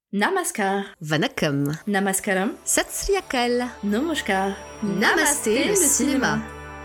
Namaskar, Vanakkam, Namaskaram, Sat Sri Akal, Namaskar, Namasté le cinéma.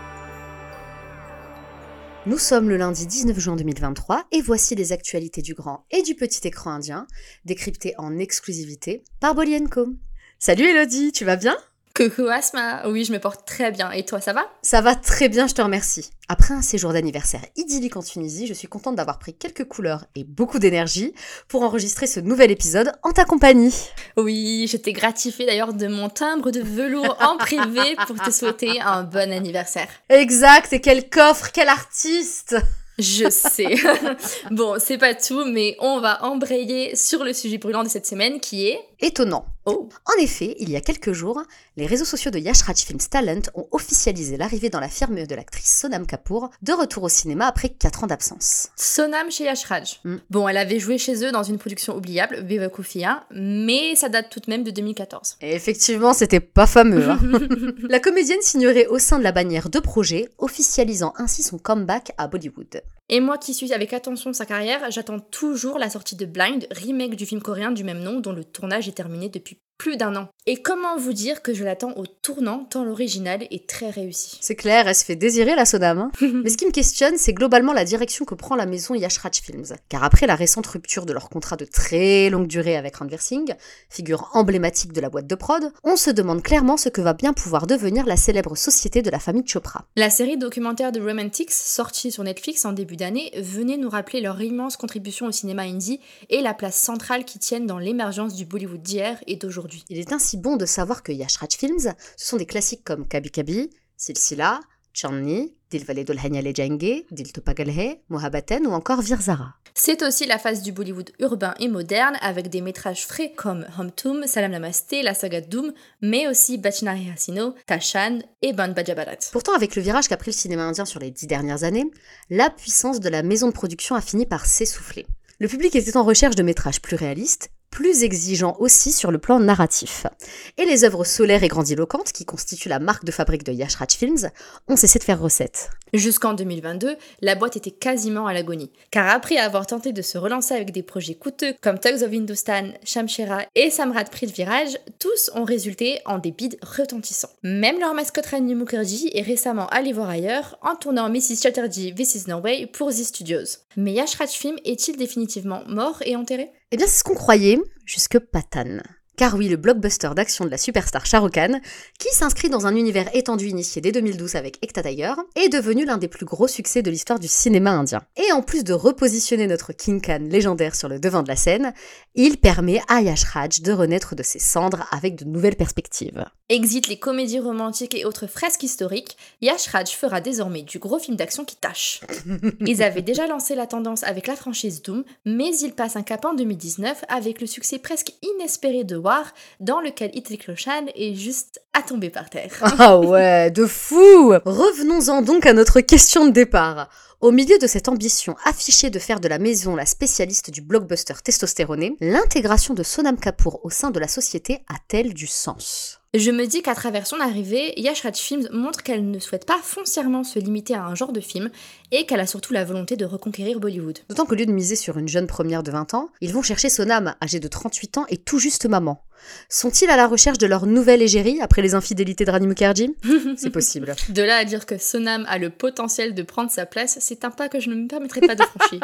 Nous sommes le lundi 19 juin 2023 et voici les actualités du grand et du petit écran indien, décryptées en exclusivité par Bolly & Co. Salut Elodie, tu vas bien ? Coucou Asma, oui je me porte très bien, et toi ça va ? Ça va très bien, je te remercie. Après un séjour d'anniversaire idyllique en Tunisie, je suis contente d'avoir pris quelques couleurs et beaucoup d'énergie pour enregistrer ce nouvel épisode en ta compagnie. Oui, je t'ai gratifié d'ailleurs de mon timbre de velours en privé pour te souhaiter un bon anniversaire. Exact, et quel coffre, quel artiste ! Je sais. Bon, c'est pas tout, mais on va embrayer sur le sujet brûlant de cette semaine qui est... Étonnant. Oh. En effet, il y a quelques jours, les réseaux sociaux de Yash Raj Films Talent ont officialisé l'arrivée dans la firme de l'actrice Sonam Kapoor, de retour au cinéma après 4 ans d'absence. Sonam chez Yash Raj. Bon, elle avait joué chez eux dans une production oubliable, Viva Koufia, mais ça date tout de même de 2014. Et effectivement, c'était pas fameux. Hein. La comédienne signerait au sein de la bannière de projet, officialisant ainsi son comeback à Bollywood. Et moi qui suis avec attention sa carrière, j'attends toujours la sortie de Blind, remake du film coréen du même nom dont le tournage est terminé depuis plus d'1 an. Et comment vous dire que je l'attends au tournant tant l'original est très réussi. C'est clair, elle se fait désirer la Sonam. Hein. Mais ce qui me questionne, c'est globalement la direction que prend la maison Yash Raj Films. Car après la récente rupture de leur contrat de très longue durée avec Ranveer Singh, figure emblématique de la boîte de prod, on se demande clairement ce que va bien pouvoir devenir la célèbre société de la famille Chopra. La série documentaire de Romantics, sortie sur Netflix en début d'année, venait nous rappeler leur immense contribution au cinéma indie et la place centrale qu'ils tiennent dans l'émergence du Bollywood d'hier et d'aujourd'hui. Il est ainsi bon de savoir que Yash Raj Films, ce sont des classiques comme Kabi Kabi, Silsila, Chandni, Dilwale Dulhania Le Jayenge, Dil To Pagal Hai, Mohabbaten ou encore Veer Zara. C'est aussi la phase du Bollywood urbain et moderne avec des métrages frais comme Hum Tum, Salam Namasté, la saga Doom, mais aussi Bachnari Hasino, Tashan et Ban Baja Bharat. Pourtant, avec le virage qu'a pris le cinéma indien sur les 10 dernières années, la puissance de la maison de production a fini par s'essouffler. Le public était en recherche de métrages plus réalistes, plus exigeants aussi sur le plan narratif. Et les œuvres solaires et grandiloquentes, qui constituent la marque de fabrique de Yash Raj Films, ont cessé de faire recette. Jusqu'en 2022, la boîte était quasiment à l'agonie. Car après avoir tenté de se relancer avec des projets coûteux comme Tugs of Hindustan, Shamshera et Samrat Prithviraj, tous ont résulté en des bids retentissants. Même leur mascotte Rani Mukherjee est récemment allé voir ailleurs en tournant Mrs. Chatterjee This Is Norway pour The Studios. Mais Yash Raj Film est-il définitivement mort et enterré ? Eh bien, c'est ce qu'on croyait, jusque Pathan. Car oui, le blockbuster d'action de la superstar Shah Rukh Khan, qui s'inscrit dans un univers étendu initié dès 2012 avec Ekta Tiger, est devenu l'un des plus gros succès de l'histoire du cinéma indien. Et en plus de repositionner notre King Khan légendaire sur le devant de la scène, il permet à Yash Raj de renaître de ses cendres avec de nouvelles perspectives. Exit les comédies romantiques et autres fresques historiques, Yash Raj fera désormais du gros film d'action qui tâche. Ils avaient déjà lancé la tendance avec la franchise Doom, mais ils passent un cap en 2019 avec le succès presque inespéré de War, dans lequel Hrithik Roshan est juste à tomber par terre. Ah ouais, de fou! Revenons-en donc à notre question de départ. Au milieu de cette ambition affichée de faire de la maison la spécialiste du blockbuster testostéroné, l'intégration de Sonam Kapoor au sein de la société a-t-elle du sens ? Je me dis qu'à travers son arrivée, Yash Raj Films montre qu'elle ne souhaite pas foncièrement se limiter à un genre de film et qu'elle a surtout la volonté de reconquérir Bollywood. D'autant qu'au lieu de miser sur une jeune première de 20 ans, ils vont chercher Sonam, âgée de 38 ans et tout juste maman. Sont-ils à la recherche de leur nouvelle égérie après les infidélités de Rani Mukherjee ? C'est possible. De là à dire que Sonam a le potentiel de prendre sa place, c'est un pas que je ne me permettrai pas de franchir.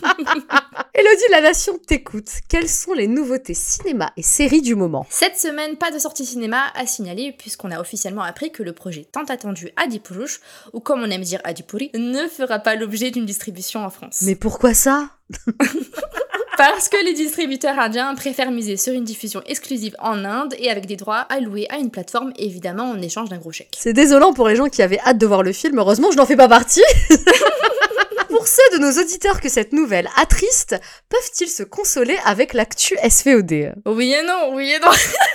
Elodie, la nation t'écoute. Quelles sont les nouveautés cinéma et séries du moment ? Cette semaine, pas de sortie cinéma à signaler puisqu'on a officiellement appris que le projet tant attendu Adipurush, ou comme on aime dire Adipuri, ne fera pas l'objet d'une distribution en France. Mais pourquoi ça ? Parce que les distributeurs indiens préfèrent miser sur une diffusion exclusive en Inde et avec des droits alloués à une plateforme, évidemment en échange d'un gros chèque. C'est désolant pour les gens qui avaient hâte de voir le film, heureusement je n'en fais pas partie. Pour ceux de nos auditeurs que cette nouvelle attriste, peuvent-ils se consoler avec l'actu SVOD ? Oui et non, oui et non.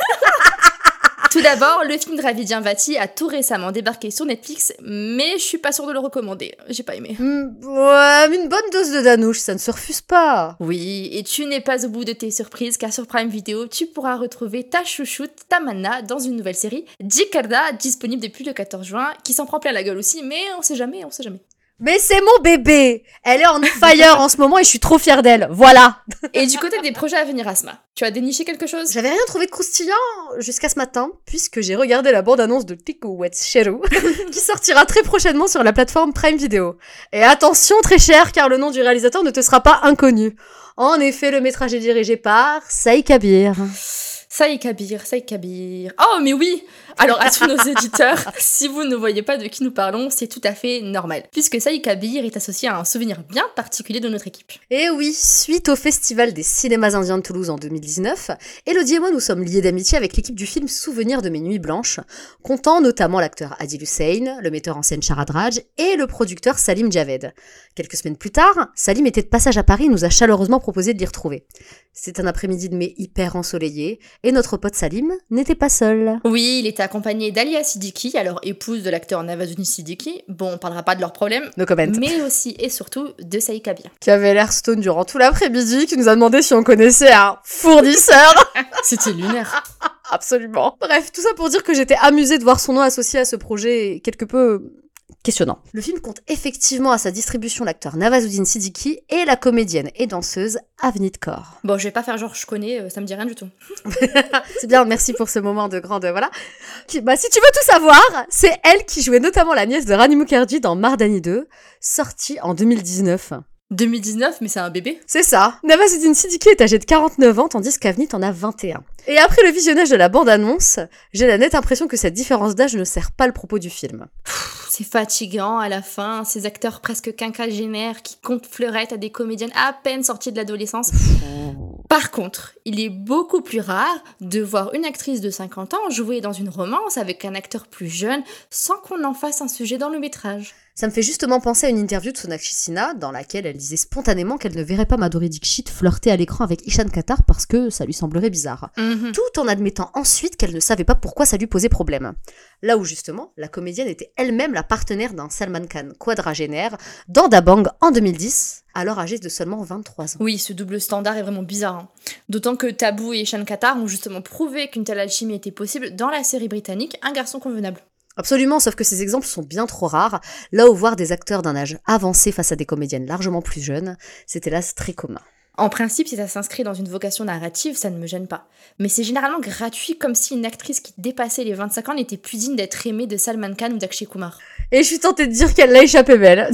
Tout d'abord, le film de Ravi Djamvati a tout récemment débarqué sur Netflix, mais je suis pas sûre de le recommander. J'ai pas aimé. Ouais, mais une bonne dose de danouche, ça ne se refuse pas. Oui, et tu n'es pas au bout de tes surprises, car sur Prime Video, tu pourras retrouver ta chouchoute, Tamanna, dans une nouvelle série, Jikarda, disponible depuis le 14 juin, qui s'en prend plein la gueule aussi, mais on sait jamais. Mais c'est mon bébé. Elle est on fire en ce moment et je suis trop fière d'elle. Voilà. Et du côté des projets à venir, Asma, tu as déniché quelque chose? J'avais rien trouvé de croustillant jusqu'à ce matin, puisque j'ai regardé la bande-annonce de Tikouet's Cheru, qui sortira très prochainement sur la plateforme Prime Video. Et attention très cher, car le nom du réalisateur ne te sera pas inconnu. En effet, le métrage est dirigé par Saïd Kabir. Saïd Kabir. Oh, mais oui! Alors, à tous nos éditeurs, si vous ne voyez pas de qui nous parlons, c'est tout à fait normal, puisque Saïd Kabir est associé à un souvenir bien particulier de notre équipe. Et oui, suite au Festival des cinémas indiens de Toulouse en 2019, Elodie et moi nous sommes liés d'amitié avec l'équipe du film Souvenir de mes nuits blanches, comptant notamment l'acteur Adil Hussein, le metteur en scène Sharad Raj et le producteur Salim Javed. Quelques semaines plus tard, Salim était de passage à Paris et nous a chaleureusement proposé de l'y retrouver. C'était un après-midi de mai hyper ensoleillé, et notre pote Salim n'était pas seul. Oui, il était accompagné d'Alia Siddiqui, alors épouse de l'acteur Navazuddin Siddiqui. Bon, on parlera pas de leurs problèmes. No comment. Mais aussi et surtout de Saïd Kabir. Qui avait l'air stone durant tout l'après-midi, qui nous a demandé si on connaissait un fournisseur. C'était lunaire. Absolument. Bref, tout ça pour dire que j'étais amusée de voir son nom associé à ce projet quelque peu questionnant. Le film compte effectivement à sa distribution l'acteur Navazuddin Siddiqui et la comédienne et danseuse Avneet Kaur. Bon, je vais pas faire genre je connais, ça me dit rien du tout. C'est bien, merci pour ce moment de grande... Voilà. Si tu veux tout savoir, c'est elle qui jouait notamment la nièce de Rani Mukherjee dans Mardani 2, sortie en 2019. 2019, mais c'est un bébé. C'est ça. Navazuddin Siddiqui est âgé de 49 ans, tandis qu'Avneet en a 21. Et après le visionnage de la bande-annonce, j'ai la nette impression que cette différence d'âge ne sert pas le propos du film. C'est fatigant à la fin, ces acteurs presque quinquagénaires qui comptent fleurettes à des comédiennes à peine sorties de l'adolescence. Par contre, il est beaucoup plus rare de voir une actrice de 50 ans jouer dans une romance avec un acteur plus jeune sans qu'on en fasse un sujet dans le métrage. Ça me fait justement penser à une interview de Sonakshi Sinha dans laquelle elle disait spontanément qu'elle ne verrait pas Madhuri Dixit flirter à l'écran avec Ishan Khater parce que ça lui semblerait bizarre. Tout en admettant ensuite qu'elle ne savait pas pourquoi ça lui posait problème. Là où justement, la comédienne était elle-même la partenaire d'un Salman Khan quadragénaire dans Dabangg en 2010, alors âgée de seulement 23 ans. Oui, ce double standard est vraiment bizarre. Hein. D'autant que Taboo et Ishan Khater ont justement prouvé qu'une telle alchimie était possible dans la série britannique Un garçon convenable. Absolument, sauf que ces exemples sont bien trop rares, là où voir des acteurs d'un âge avancé face à des comédiennes largement plus jeunes, c'est hélas très commun. En principe, si ça s'inscrit dans une vocation narrative, ça ne me gêne pas. Mais c'est généralement gratuit, comme si une actrice qui dépassait les 25 ans n'était plus digne d'être aimée de Salman Khan ou d'Akshay Kumar. Et je suis tentée de dire qu'elle l'a échappé belle.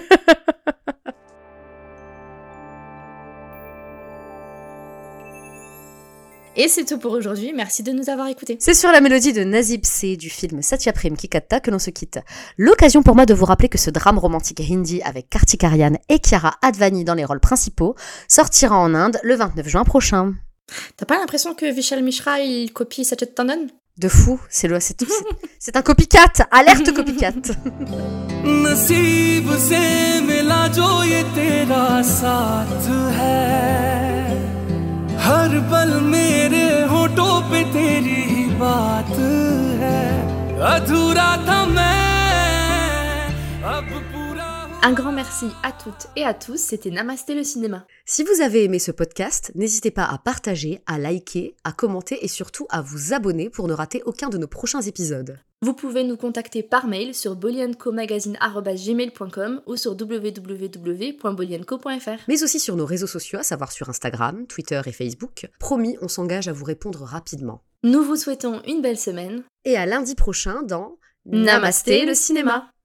Et c'est tout pour aujourd'hui, merci de nous avoir écoutés. C'est sur la mélodie de Nasib C du film Satyaprem Ki Katta que l'on se quitte. L'occasion pour moi de vous rappeler que ce drame romantique hindi avec Kartik Aaryan et Kiara Advani dans les rôles principaux sortira en Inde le 29 juin prochain. T'as pas l'impression que Vishal Mishra il copie Sajid Tandon ? De fou, c'est un copycat, alerte copycat. नसीब से मिला जो ये तेरा साथ है हर पल मेरे होठों पे तेरी ही बात है अधूरा था मैं अब पूरा. Un grand merci à toutes et à tous, c'était Namasté le cinéma. Si vous avez aimé ce podcast, n'hésitez pas à partager, à liker, à commenter et surtout à vous abonner pour ne rater aucun de nos prochains épisodes. Vous pouvez nous contacter par mail sur bollyandcomagazine@gmail.com ou sur www.bollyandco.fr. Mais aussi sur nos réseaux sociaux, à savoir sur Instagram, Twitter et Facebook. Promis, on s'engage à vous répondre rapidement. Nous vous souhaitons une belle semaine. Et à lundi prochain dans Namasté le cinéma.